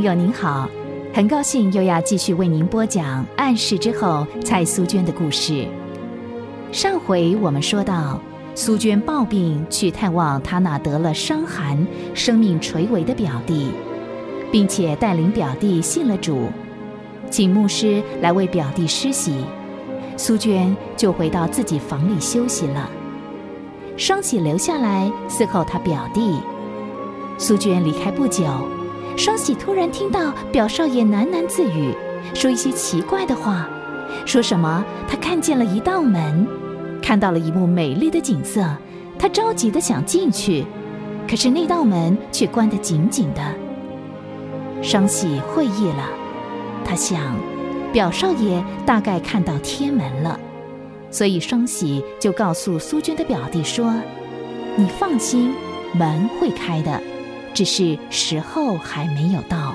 友您好，很高兴又要继续为您播讲暗示之后蔡苏娟的故事。上回我们说到，苏娟抱病去探望她那得了伤寒、生命垂危的表弟，并且带领表弟信了主，请牧师来为表弟施洗，苏娟就回到自己房里休息了。双喜留下来伺候他表弟。苏娟离开不久，双喜突然听到表少爷喃喃自语，说一些奇怪的话，说什么他看见了一道门，看到了一幕美丽的景色，他着急地想进去，可是那道门却关得紧紧的。双喜会意了，他想表少爷大概看到天门了，所以双喜就告诉苏娟的表弟说，你放心，门会开的，只是时候还没有到。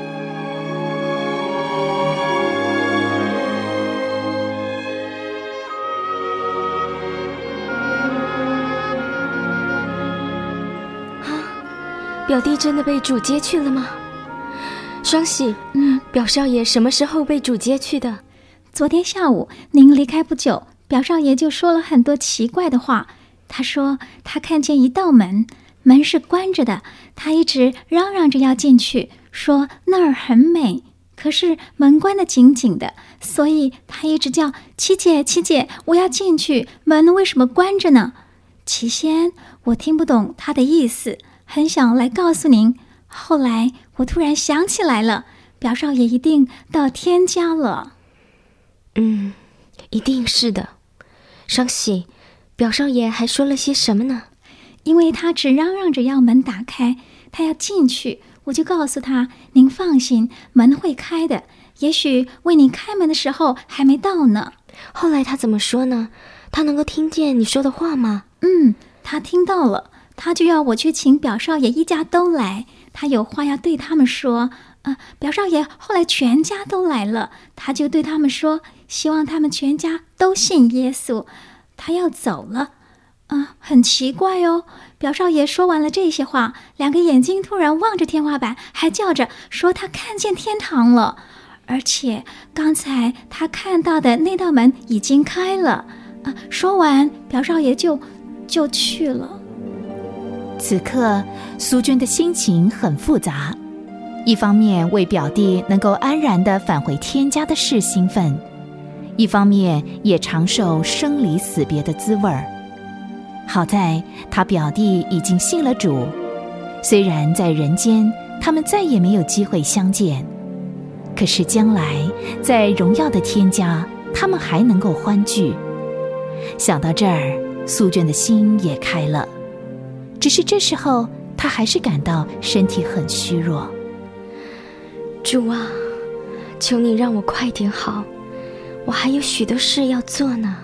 表弟真的被主接去了吗？双喜，表少爷什么时候被主接去的？ 昨天下午您离开不久，表少爷就说了很多奇怪的话。他说他看见一道门，门是关着的，他一直嚷嚷着要进去，说那儿很美，可是门关得紧紧的，所以他一直叫七姐七姐，我要进去，门为什么关着呢？起先我听不懂他的意思，很想来告诉您，后来我突然想起来了，表少爷一定到天家了。 一定是的。双喜，表少爷还说了些什么呢？ 因为他只嚷嚷着要门打开，他要进去，我就告诉他，您放心，门会开的，也许为你开门的时候还没到呢。 后来他怎么说呢？他能够听见你说的话吗？ 他听到了，他就要我去请表少爷一家都来，他有话要对他们说。表少爷后来全家都来了，他就对他们说，希望他们全家都信耶稣。他要走了。很奇怪哦，表少爷说完了这些话，两个眼睛突然望着天花板，还叫着说他看见天堂了，而且刚才他看到的那道门已经开了。说完，表少爷就去了。 此刻苏娟的心情很复杂，一方面为表弟能够安然地返回天家的事兴奋，一方面也尝受生离死别的滋味儿。好在他表弟已经信了主，虽然在人间他们再也没有机会相见，可是将来在荣耀的天家他们还能够欢聚。想到这儿，苏娟的心也开了，只是这时候她还是感到身体很虚弱。 主啊，求你让我快点好，我还有许多事要做呢。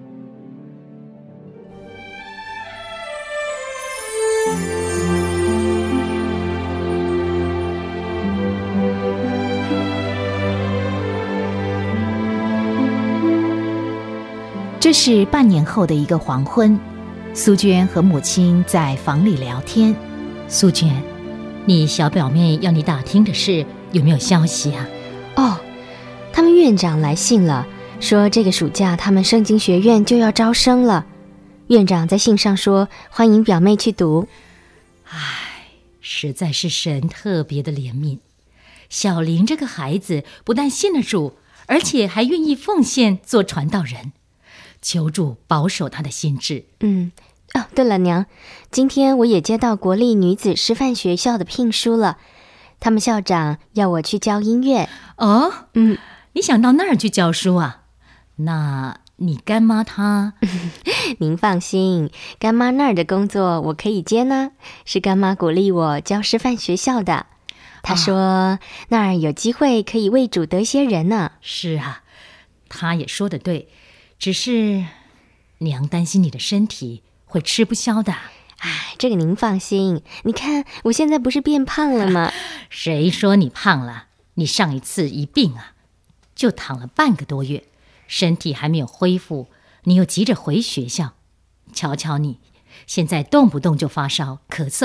这是半年后的一个黄昏，苏娟和母亲在房里聊天。 苏娟，你小表妹要你打听的事有没有消息啊？ 他们院长来信了，说这个暑假他们圣经学院就要招生了。院长在信上说欢迎表妹去读。 实在是神特别的怜悯。小林这个孩子不但信了主，而且还愿意奉献做传道人，求主保守他的心智。 对了娘，今天我也接到国立女子师范学校的聘书了，他们校长要我去教音乐。 你想到那儿去教书啊？那你干妈她您放心，干妈那儿的工作我可以接呢，是干妈鼓励我教师范学校的。她说那儿有机会可以为主得些人呢。 是啊，她也说得对，只是娘担心你的身体会吃不消的。 这个您放心，你看我现在不是变胖了吗？ 谁说你胖了？你上一次一病就躺了半个多月，身体还没有恢复，你又急着回学校。瞧瞧你，现在动不动就发烧咳嗽的，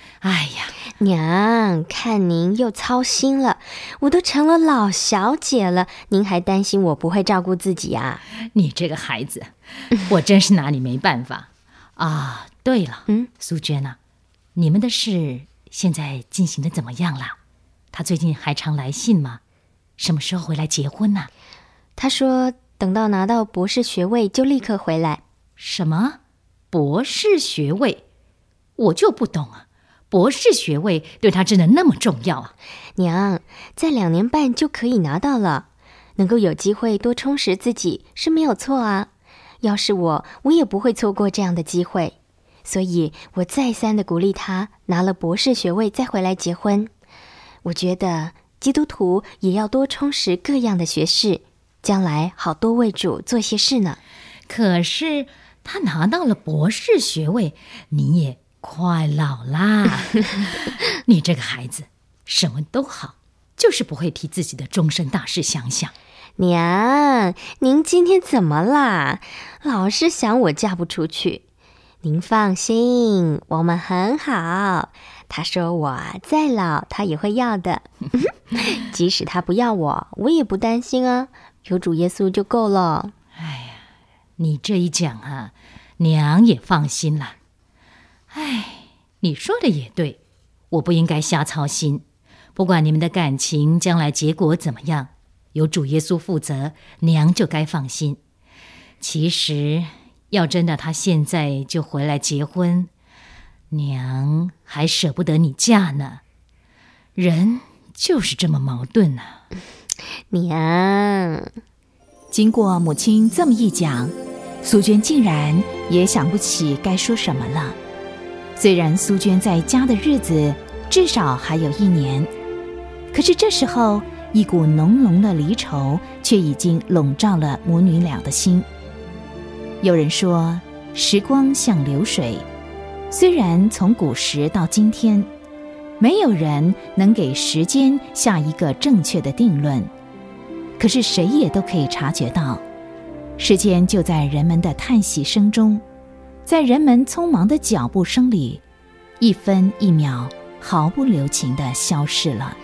哎呀， 娘，看您又操心了，我都成了老小姐了，您还担心我不会照顾自己啊？ 你这个孩子，我真是拿你没办法啊。对了，苏娟啊，你们的事现在进行的怎么样了？他最近还常来信吗？什么时候回来结婚呢？ 他说等到拿到博士学位就立刻回来。 什么？博士学位？我就不懂啊，博士学位对他真的那么重要啊？ 娘，在2年半就可以拿到了，能够有机会多充实自己是没有错啊。要是我也不会错过这样的机会，所以我再三的鼓励他拿了博士学位再回来结婚。我觉得基督徒也要多充实各样的学识，将来好多为主做些事呢。 可是他拿到了博士学位，你也快老啦。你这个孩子什么都好，就是不会替自己的终身大事想想。 娘，您今天怎么啦？老是想我嫁不出去。您放心，我们很好。他说我再老他也会要的。即使他不要我也不担心啊，有主耶稣就够了。 哎呀，你这一讲啊，娘也放心了。哎，你说的也对，我不应该瞎操心。不管你们的感情将来结果怎么样，有主耶稣负责，娘就该放心。其实要真的他现在就回来结婚，娘还舍不得你嫁呢。人就是这么矛盾啊。 娘， 经过母亲这么一讲，苏娟竟然也想不起该说什么了。虽然苏娟在家的日子至少还有1年，可是这时候一股浓浓的离愁却已经笼罩了母女俩的心。有人说，时光像流水，虽然从古时到今天，没有人能给时间下一个正确的定论，可是谁也都可以察觉到，时间就在人们的叹息声中，在人们匆忙的脚步声里，一分一秒毫不留情地消逝了。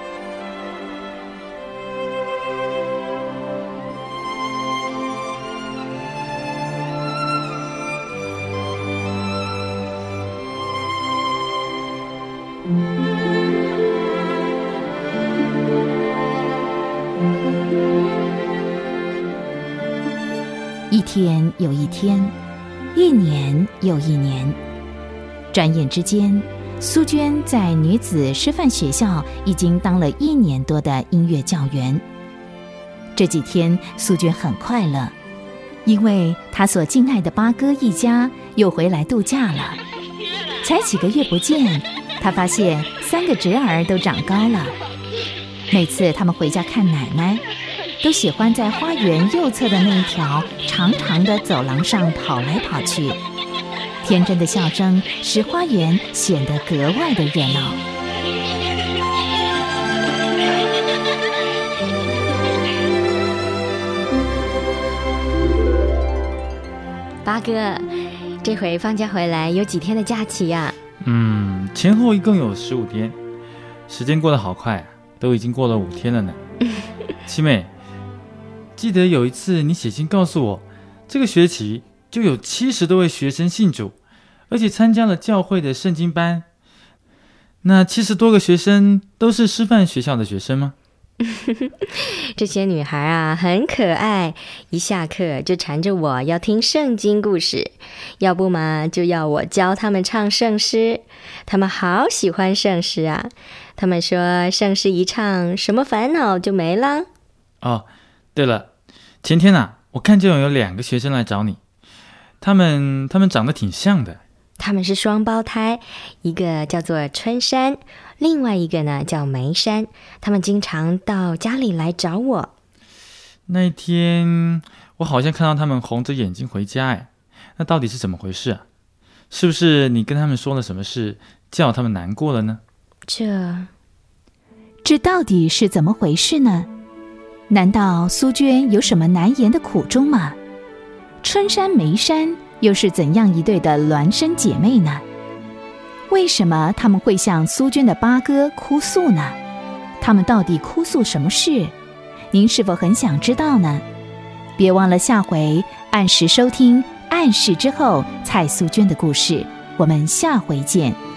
一天又一天，1年又1年，转眼之间，苏娟在女子师范学校已经当了1年多的音乐教员。这几天苏娟很快乐，因为她所敬爱的八哥一家又回来度假了。才几个月不见，她发现3个侄儿都长高了。每次他们回家看奶奶，都喜欢在花园右侧的那一条长长的走廊上跑来跑去，天真的笑声使花园显得格外的热闹。 八哥，这回放假回来有几天的假期呀？ 前后一共有15天，时间过得好快啊，都已经过了5天了呢。七妹，记得有一次你写信告诉我，这个学期就有70多位学生信主，而且参加了教会的圣经班。那70多个学生都是师范学校的学生吗？ 这些女孩啊很可爱，一下课就缠着我要听圣经故事，要不嘛就要我教她们唱圣诗。她们好喜欢圣诗啊，她们说圣诗一唱，什么烦恼就没了。 哦，对了，前天啊，我看见有2个学生来找你，他们长得挺像的。 他们是双胞胎，一个叫做春山，另外一个呢叫梅山。他们经常到家里来找我。 那一天我好像看到他们红着眼睛回家，那到底是怎么回事啊？是不是你跟他们说了什么事，叫他们难过了呢？ 这到底是怎么回事呢？难道苏娟有什么难言的苦衷吗？春山梅山又是怎样一对的孪生姐妹呢？ 为什么他们会向苏娟的八哥哭诉呢？他们到底哭诉什么事？您是否很想知道呢？别忘了下回按时收听《暗示之后》蔡苏娟的故事。我们下回见。